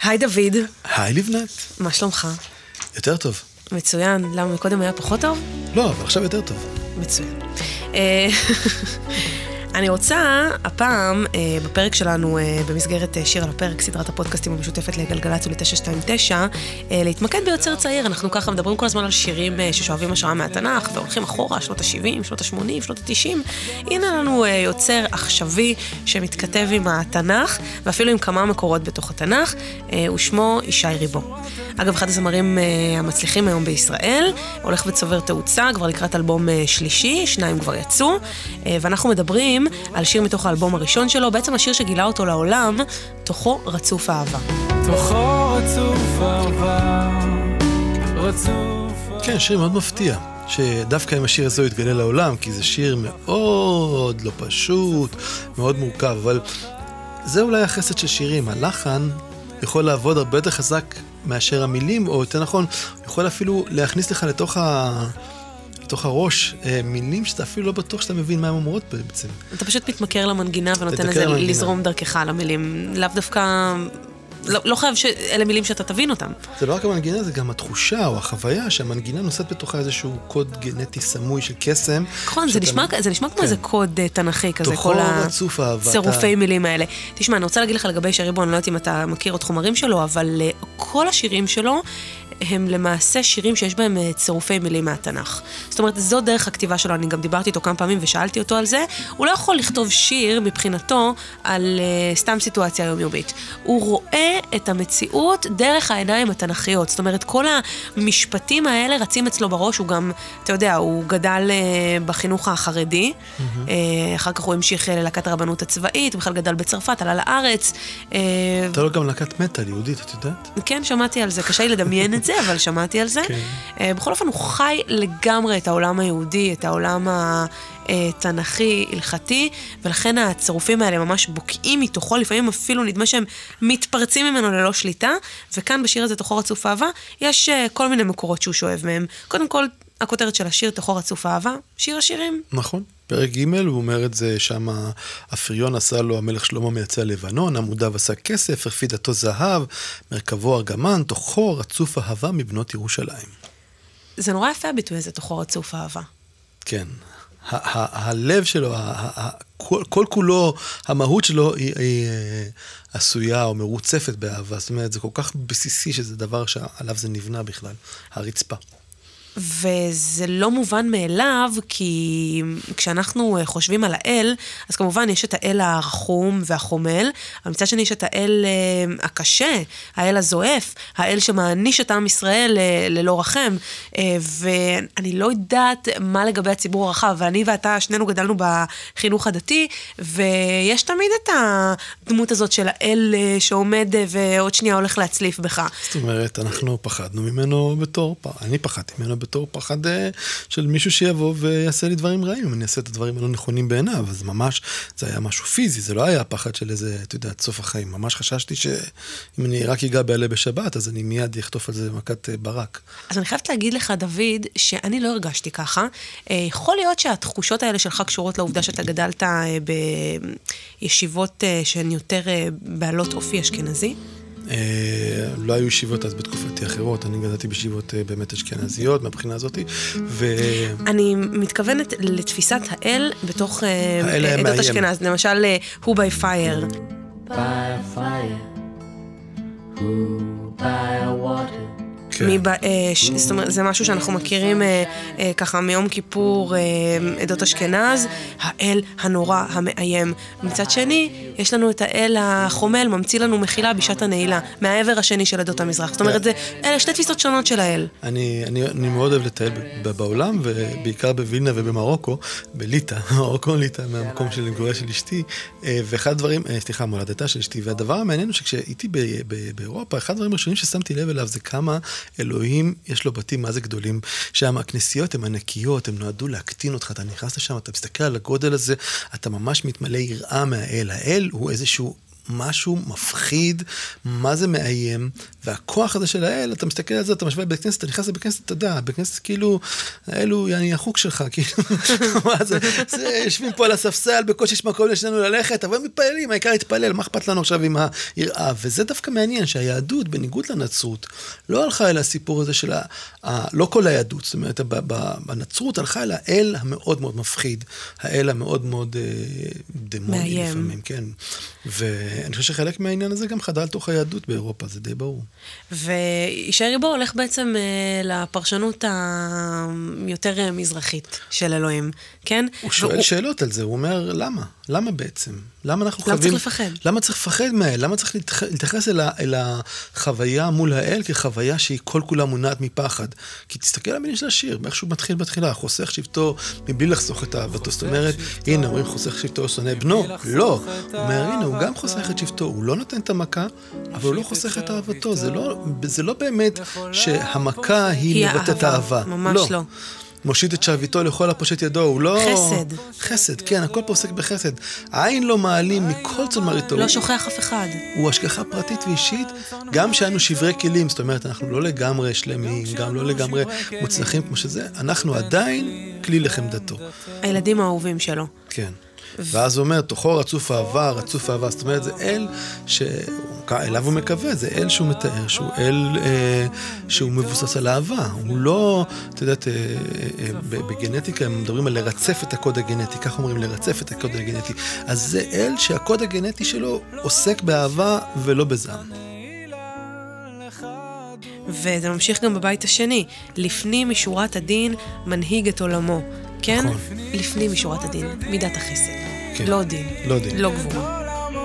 היי דוד. היי לבנת. מה שלומך? יותר טוב. מצוין. למה מקודם היה פחות טוב? לא, אבל עכשיו יותר טוב. מצוין. אני רוצה, הפעם, בפרק שלנו, במסגרת שיר על הפרק, סדרת הפודקאסטים המשותפת לגלגלצ ול-929, להתמקד ביוצר צעיר. אנחנו ככה מדברים כל הזמן על שירים ששואבים השראה מהתנ"ך, והולכים אחורה, שנות ה-70, שנות ה-80, שנות ה-90. הנה לנו יוצר עכשווי שמתכתב עם התנ"ך, ואפילו עם כמה מקורות בתוך התנ"ך, ושמו ישי ריבו. אגב, אחד הזמרים המצליחים היום בישראל, הולך וצובר תאוצה, כבר לקראת אלבום שלישי, 2 כבר יצאו, ואנחנו מדברים על שיר מתוך האלבום הראשון שלו, בעצם השיר שגילה אותו לעולם, תוכו רצוף אהבה. תוכו רצוף אהבה, רצוף... כן, שיר מאוד מפתיע, שדווקא עם השיר הזה הוא יתגלה לעולם, כי זה שיר מאוד לא פשוט, מאוד מורכב, אבל זה אולי החסד של שירים, הלחן יכול לעבוד הרבה יותר חזק מאשר המילים, או יותר נכון, הוא יכול אפילו להכניס לך לתוך הראש מילים שאתה אפילו לא בטוח שאתה מבין מה הן אומרות בעצם. אתה פשוט מתמכר למנגינה ונותן לזה לזרום דרכך למילים. לאו דווקא... לא חייב שאלה מילים שאתה תבין אותם. זה לא רק המנגינה, זה גם התחושה או החוויה שהמנגינה נושאת בתוכה איזשהו קוד גנטי סמוי של קסם. נכון, זה נשמע כמו איזה קוד תנכי כזה, תוכו רצוף אהבה. צירופי מילים האלה. תשמע, אני רוצה להגיד לך לגבי שריבו, אני לא יודעת אם אתה מכיר את חומרים שלו, אבל כל השירים שלו הם למעשה שירים שיש בהם צירופי מילים מהתנ"ך. זאת אומרת, זו דרך הכתיבה שלו, אני גם דיברתי איתו כמה פעמים ושאלתי אותו על זה, הוא לא יכול לכתוב שיר מבחינתו על סתם סיטואציה יומיומית. הוא רואה את המציאות דרך העיניים התנ"כיות, זאת אומרת, כל המשפטים האלה רצים אצלו בראש, הוא גם, אתה יודע, הוא גדל בחינוך החרדי, אחר כך הוא המשיך ללהקת הרבנות הצבאית, בכלל גדל בצרפת, עלה לארץ. אתה לא גם להקת מטל יהודית, את יודעת? כן, שמעתי על זה, קשה לי לדמיין את זה, אבל שמעתי על זה. בכל אופן, הוא חי לגמרי את העולם היהודי, את העולם התנ"כי, הלכתי, ולכן הצירופים האלה ממש בוקעים מתוכו, לפעמים אפילו נדמה שהם מתפרצים ממנו ללא שליטה, וכאן בשיר הזה, תוכו רצוף אהבה, יש כל מיני מקורות שהוא שואב מהם. קודם כל, הכותרת של השיר, תוכו רצוף אהבה, שיר השירים. נכון. פרק ג' הוא אומר את זה, שם הפריון עשה לו המלך שלמה מייצא לבנון, עמודיו עשה כסף, הרפידתו זהב, מרכבו ארגמן, תוכו רצוף אהבה מבנות ירושלים. זה נורא יפה הביטוי הזה, תוכו רצוף אהבה. כן. הלב שלו, כל כולו, המהות שלו היא עשויה או מרוצפת באהבה. זאת אומרת, זה כל כך בסיסי שזה דבר שעליו זה נבנה בכלל, הרצפה. וזה לא מובן מאליו, כי כשאנחנו חושבים על האל, אז כמובן יש את האל הרחום והחומל, אבל מצד שני יש את האל הקשה, האל הזועף, האל שמעניש את עם ישראל ללא רחם, ואני לא יודעת מה לגבי הציבור הרחב, ואני ואתה שנינו גדלנו בחינוך הדתי, ויש תמיד את הדמות הזאת של האל שעומד ועוד שנייה הולך להצליף בך. זאת אומרת, אנחנו פחדנו ממנו אני פחדתי ממנו בתור פחד של מישהו שיבוא ויעשה לי דברים רעים, אם אני אעשה את הדברים הלא נכונים בעיניו, אז ממש זה היה משהו פיזי, זה לא היה פחד של איזה, אתה יודע, סוף החיים, ממש חששתי שאם אני רק אגע בעלה בשבת, אז אני מיד יחטוף על זה מכת ברק. אז אני חייבת להגיד לך, דוד, שאני לא הרגשתי ככה, יכול להיות שהתחושות האלה שלך קשורות לעובדה שאתה גדלת בישיבות שהן יותר בעלות אופי אשכנזי? לא היו ישיבות אז בתקופתי אחרות, אני גדלתי בישיבות באמת אשכנזיות מהבחינה הזאת, אני מתכוונת לתפיסת האל בתוך עדות אשכנז, למשל Who by Fire. By a fire, who by a water. מי באש, זאת אומרת, זה משהו שאנחנו מכירים ככה מיום כיפור, עדות אשכנז, האל הנורא, המאיים. מצד שני, יש לנו את האל החומל, ממציא לנו מחילה בשעת הנעילה, מהעבר השני של עדות המזרח. זאת אומרת, אלה שתי תפיסות שונות של האל. אני מאוד אוהב לטייל בעולם, ובעיקר בווילנה ובמרוקו, בליטא, מרוקו ליטא, מהמקום של גוריה של אשתי, ואחד הדברים, סליחה, מולדתה של אשתי, והדבר המעניין הוא שכשהייתי באירופה, אחד הדברים הראשונים ששמתי לב אליו זה כמה אלוהים, יש לו בתים מה זה גדולים, שם הכנסיות הן ענקיות, הן נועדו להקטין אותך, אתה נכנס לשם, אתה מסתכל על הגודל הזה, אתה ממש מתמלא יראה מהאל, האל הוא איזשהו משהו מפחיד, מה זה מאיים, והכוח הזה של האל, אתה מסתכל על זה, אתה משווה בבית כנסת, אתה נכנס לבית כנסת, אתה יודע, בבית כנסת כאילו, האלו, אני החוק שלך, כאילו, מה זה, יושבים פה על הספסל, בקושי יש מקום לשנינו ללכת, אבל הם מתפללים, העיקר להתפלל, מה אכפת לנו עכשיו עם היראה, וזה דווקא מעניין, שהיהדות, בניגוד לנצרות, לא הלכה אל הסיפור הזה של לא כל היהדות, זאת אומרת, בנצרות הלכה אל האל המאוד מאוד מפחיד, האל המאוד מאוד דמוני לפעמים, כן. ואני חושב שחלק מהעניין הזה גם חדל תוך היהדות באירופה, זה די ברור. וישי ריבו הולך בעצם לפרשנות היותר מזרחית של אלוהים, כן? הוא שואל שאלות על זה, הוא אומר, למה? למה בעצם? למה אנחנו חייבים... למה צריך לפחד? למה צריך לפחד מהאל? למה צריך להתייחס אל החוויה מול האל כחוויה שהיא כל כולה מונעת מפחד? כי תסתכל על המילים של השיר, באיך שהוא מתחיל בתחילה, חוסך שבטו מבלי לחסוך את אהבתו. זאת אומרת, הנה, אומרים חוסך שבטו שונא בנו? לא. הוא אומר, הנה, הוא גם חוסך את שבטו, הוא לא נותן את המכה, אבל הוא לא חוסך את אהבתו. זה לא באמת שהמכה היא מבטאת אהבה. ממש לא. מושיט את שרביטו לכל הפושט ידו, הוא לא... חסד. חסד, כן, הכל פה עוסק בחסד. העין לא מעלים מכל צאן מרעיתו. לא שוכח אף אחד. הוא השגחה פרטית ואישית, גם שהיינו שברי כלים, זאת אומרת, אנחנו לא לגמרי שלמים, גם לא לגמרי מוצלחים כמו שזה, אנחנו עדיין כלי לחמדתו. הילדים האהובים שלו. כן. ואז הוא אומר, תוכו רצוף אהבה, רצוף אהבה. זאת אומרת, זה אל שאליו הוא מקווה, זה אל שהוא מתאר, שהוא אל שהוא מבוסס על אהבה. הוא לא, אתה יודעת, בגנטיקה הם מדברים על לרצף את הקוד הגנטי, כך אומרים, לרצף את הקוד הגנטי. אז זה אל שהקוד הגנטי שלו עוסק באהבה ולא בזעם. וזה ממשיך גם בבית השני, לפנים משורת הדין מנהיג את עולמו. כן? נכון. לפנים משורת הדין, מידת החסד. כן. לא דין. לא דין. לא גבורה.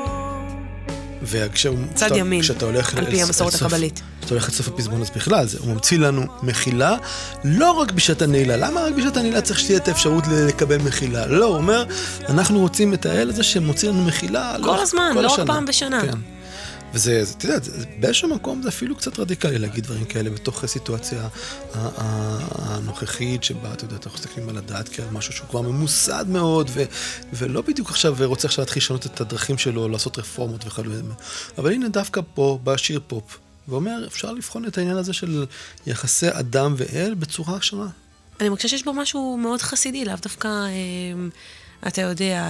צד ימין, על פי המסורת הקבלית. כשאתה הולך לסוף הפזמון, אז בכלל, הוא ממציא לנו מחילה, לא רק בשעת הנעילה. למה רק בשעת הנעילה צריך שתהיה את האפשרות לקבל מחילה? לא, הוא אומר, אנחנו רוצים את האל הזה שמוציא לנו מחילה כל הזמן, לא רק פעם בשנה. כן. וזה, אתה יודע, באיזשהו מקום זה אפילו קצת רדיקלי להגיד דברים כאלה בתוך הסיטואציה הנוכחית שבה, אתה יודע, אנחנו מסתכלים על הדעת כעל משהו שהוא כבר ממוסד מאוד, ולא בדיוק עכשיו רוצה עכשיו להתחיל לשנות את הדרכים שלו, לעשות רפורמות וכדומה. אבל הנה דווקא פה, בשיר פופ, ואומר, אפשר לבחון את העניין הזה של יחסי אדם ואל בצורה שונה. אני מרגישה שיש בו משהו מאוד חסידי, לאו דווקא, אתה יודע...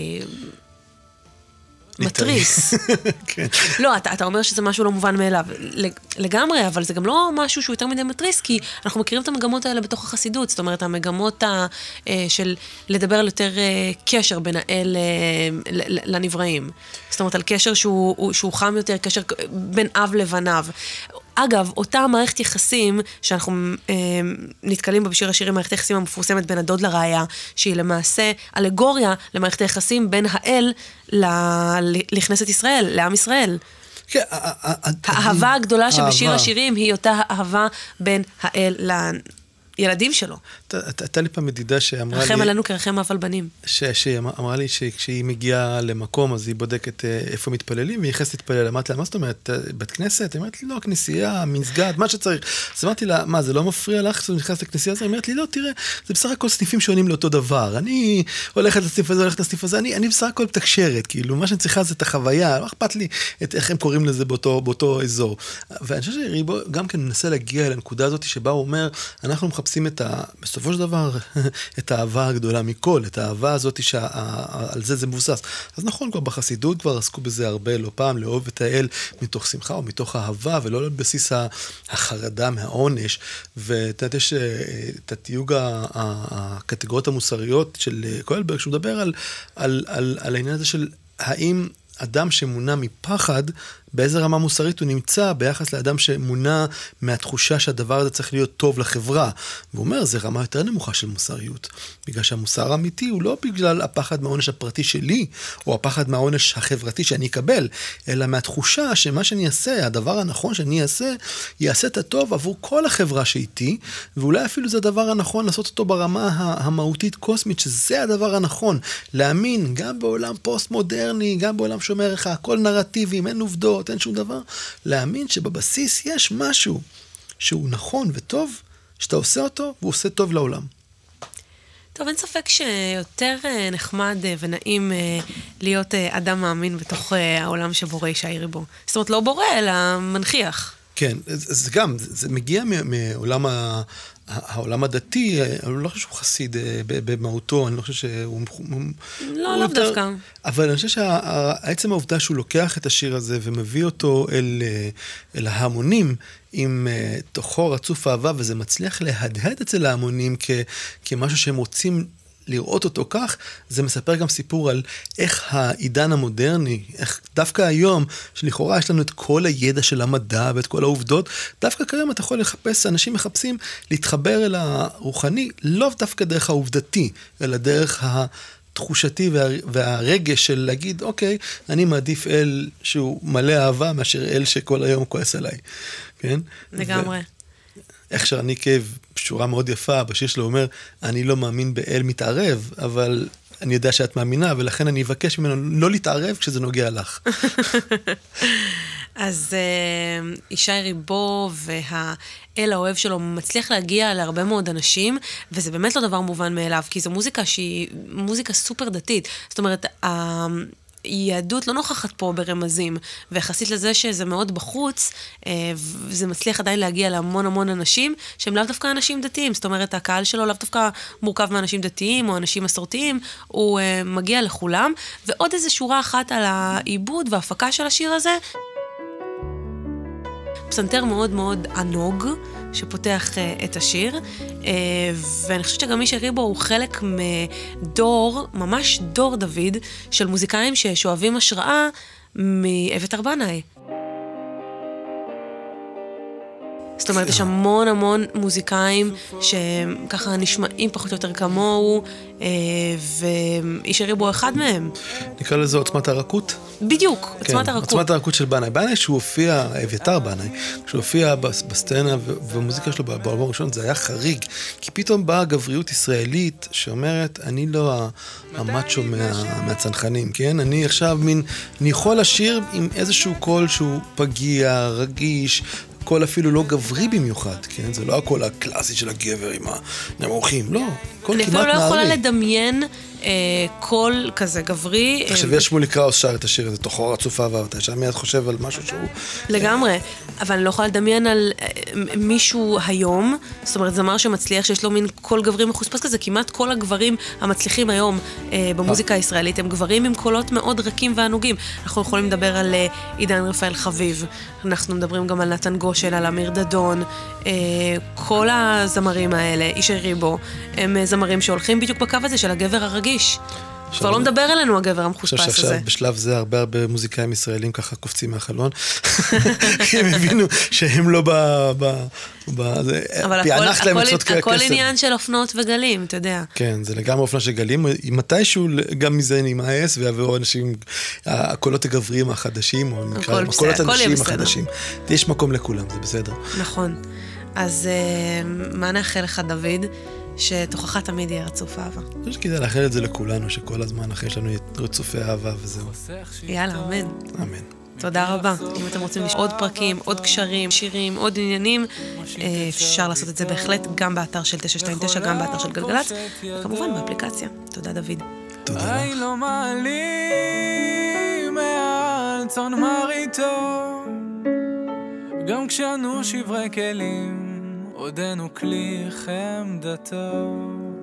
מטריס. כן. לא, אתה אומר שזה משהו לא מובן מאליו. לגמרי, אבל זה גם לא משהו שהוא יותר מדי מטריס, כי אנחנו מכירים את המגמות האלה בתוך החסידות, זאת אומרת, המגמות של לדבר על יותר קשר בין האל לנבראים. זאת אומרת, על קשר שהוא חם יותר, קשר בין אב לבניו. אגב, אותה מערכת יחסים שאנחנו נתקלים בה בשיר השירים, מערכת היחסים המפורסמת בין הדוד לראיה, שהיא למעשה אלגוריה למערכת היחסים בין האל לכנסת ישראל, לעם ישראל. כן, האהבה הגדולה שבשיר השירים היא אותה האהבה בין האל ילדים שלו. הייתה לי פעם מדידה שאמרה לי... רחם עלינו כרחם אף על בנים. שאמרה לי שכשהיא מגיעה למקום, אז היא בודקת איפה מתפללים, והיא נכנסת להתפלל. אמרתי לה, מה זאת אומרת? בית כנסת? היא אומרת לי, לא, כנסייה, מסגד, מה שצריך. אז אמרתי לה, מה, זה לא מפריע לך כשאת נכנסת לכנסייה הזאת? היא אומרת לי, לא, תראה, זה בסך הכל סניפים שונים לאותו דבר. אני הולכת לסניף הזה, הולכת לסניף הזה, אני בסך הכל תקשרת, כאילו, מה שאני צריכה זה את החוויה, לא אכפת לי איך הם קוראים לזה באותו אזור. ואני חושב שריבו גם כן מנסה להגיע לנקודה הזאת שבה הוא אומר, אנחנו מחפשים בסופו של דבר, את האהבה הגדולה מכל, את האהבה הזאת שעל זה מבוסס. אז נכון, כבר בחסידות כבר עסקו בזה הרבה, לא פעם, לאהוב את האל מתוך שמחה או מתוך אהבה, ולא על בסיס החרדה מהעונש. ואתה יודע, יש את התיוג הקטגוריות המוסריות של קוהלברג, שהוא מדבר על העניין הזה של האם אדם שמונע מפחד, באיזה רמה מוסרית הוא נמצא ביחס לאדם שמונע מהתחושה שהדבר הזה צריך להיות טוב לחברה. והוא אומר, זה רמה יותר נמוכה של מוסריות. בגלל שהמוסר האמיתי הוא לא בגלל הפחד מהעונש הפרטי שלי, או הפחד מהעונש החברתי שאני אקבל, אלא מהתחושה שמה שאני אעשה, הדבר הנכון שאני אעשה, יעשה את הטוב עבור כל החברה שאיתי, ואולי אפילו זה הדבר הנכון לעשות אותו ברמה המהותית קוסמית, שזה הדבר הנכון. להאמין, גם בעולם פוסט-מודרני, גם בעולם שאומר לך, הכל נרטיבים, אין עובדות, אין שום דבר, להאמין שבבסיס יש משהו שהוא נכון וטוב, שאתה עושה אותו, והוא עושה טוב לעולם. טוב, אין ספק שיותר נחמד ונעים להיות אדם מאמין בתוך העולם שבורא ישי ריבו. זאת אומרת, לא בורא, אלא מנחיח. כן, זה גם, זה מגיע מעולם העולם הדתי, אני לא חושב שהוא חסיד במהותו, אני לא חושב שהוא... לא, לא דווקא. אבל אני חושב שהעצם העובדה שהוא לוקח את השיר הזה ומביא אותו אל ההמונים עם תוכו רצוף אהבה, וזה מצליח להדהד אצל ההמונים כמשהו שהם רוצים לראות אותו כך, זה מספר גם סיפור על איך העידן המודרני, איך דווקא היום, שלכאורה יש לנו את כל הידע של המדע ואת כל העובדות, דווקא כיום אתה יכול לחפש, אנשים מחפשים להתחבר אל הרוחני, לא דווקא דרך העובדתי, אלא דרך התחושתי והרגש של להגיד, אוקיי, אני מעדיף אל שהוא מלא אהבה, מאשר אל שכל היום כועס עליי. כן? לגמרי. איך שאני שורה מאוד יפה, בשיר שלו אומר, אני לא מאמין באל מתערב, אבל אני יודע שאת מאמינה, ולכן אני אבקש ממנו לא להתערב כשזה נוגע לך. אז ישי ריבו והאל האוהב שלו מצליח להגיע להרבה מאוד אנשים, וזה באמת לא דבר מובן מאליו, כי זו מוזיקה שהיא מוזיקה סופר דתית. זאת אומרת, יהדות לא נוכחת פה ברמזים, ויחסית לזה שזה מאוד בחוץ, זה מצליח עדיין להגיע להמון המון אנשים, שהם לאו דווקא אנשים דתיים, זאת אומרת, הקהל שלו לאו דווקא מורכב מאנשים דתיים, או אנשים מסורתיים, הוא מגיע לכולם, ועוד איזו שורה אחת על העיבוד וההפקה של השיר הזה, פסנתר מאוד מאוד ענוג, שפותח את השיר, ואני חושבת שגם ישי ריבו הוא חלק מדור, ממש דור דוד, של מוזיקאים ששואבים השראה מאבטר בנאי. זאת אומרת, יש המון המון מוזיקאים שככה נשמעים פחות או יותר כמוהו, וישי ריבו הוא אחד מהם. נקרא לזה עוצמת הרכות? בדיוק, עוצמת הרכות. עוצמת הרכות של בנאי. בנאי שהוא הופיע, אביתר בנאי, שהוא הופיע בסצנה והמוזיקה שלו באלבום הראשון, זה היה חריג, כי פתאום באה גבריות ישראלית שאומרת, אני לא המאצ'ו מהצנחנים, כן? אני עכשיו אני יכול לשיר עם איזשהו קול שהוא פגיע, רגיש, קול אפילו לא גברי במיוחד, כן? זה לא הקול הקלאסי של הגבר עם הנמוכים, לא. אני אפילו לא יכולה לדמיין קול כזה גברי. עכשיו יש שמולי קראוס שר את השיר הזה, תוכו רצוף אהבה, ואתה ישר מיד חושב על משהו שהוא... לגמרי, אבל אני לא יכולה לדמיין על מישהו היום, זאת אומרת, זמר שמצליח, שיש לו מין קול גברי מחוספס כזה, כמעט כל הגברים המצליחים היום במוזיקה הישראלית, הם גברים עם קולות מאוד רכים וענוגים. אנחנו יכולים לדבר על עידן רפאל חביב, אנחנו מדברים גם על נתן גושן, על אמיר דדון, כל הזמרים האלה, ישי ריבו, הם זמרים שהולכים בדיוק בקו הזה של הגבר הרגיש. כבר לא מדבר אלינו הגבר המחוספס הזה. עכשיו בשלב זה הרבה מוזיקאים ישראלים ככה קופצים מהחלון, כי הם הבינו שהם לא פענח להם את קסם. הכל עניין של אופנות וגלים, אתה יודע. כן, זה לגמרי אופנה של גלים, מתישהו גם מזה נמאס, ויעברו אנשים, הקולות הגבריים החדשים, או הקולות הנשים החדשים. יש מקום לכולם, זה בסדר. נכון. אז מה נאחל לך, דוד? שתוכך תמיד יהיה רצוף אהבה. אני חושב שכדאי לאחל את זה לכולנו, שכל הזמן אחרי שלנו יהיה רצופי אהבה וזהו. יאללה, אמן. אמן. תודה רבה. אם אתם רוצים לשמוע עוד פרקים, עוד קשרים, שירים, עוד עניינים, אפשר לעשות את זה בהחלט גם באתר של 929, גם באתר של גלגלץ, וכמובן באפליקציה. תודה דוד. תודה לך. עין לא מעלים מעל צאן מרעיתו, גם כשאנו שברי כלים עודנו כלי חמדתו,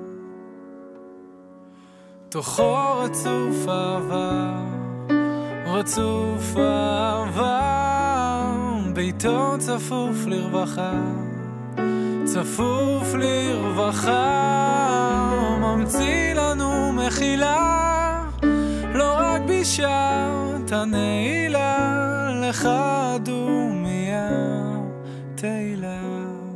תוכו רצוף אהבה, רצוף אהבה, ביתו צפוף לרווחה, צפוף לרווחה, ממציא לנו מחילה, לא רק בשעת הנעילה, לך דומיה תהילה.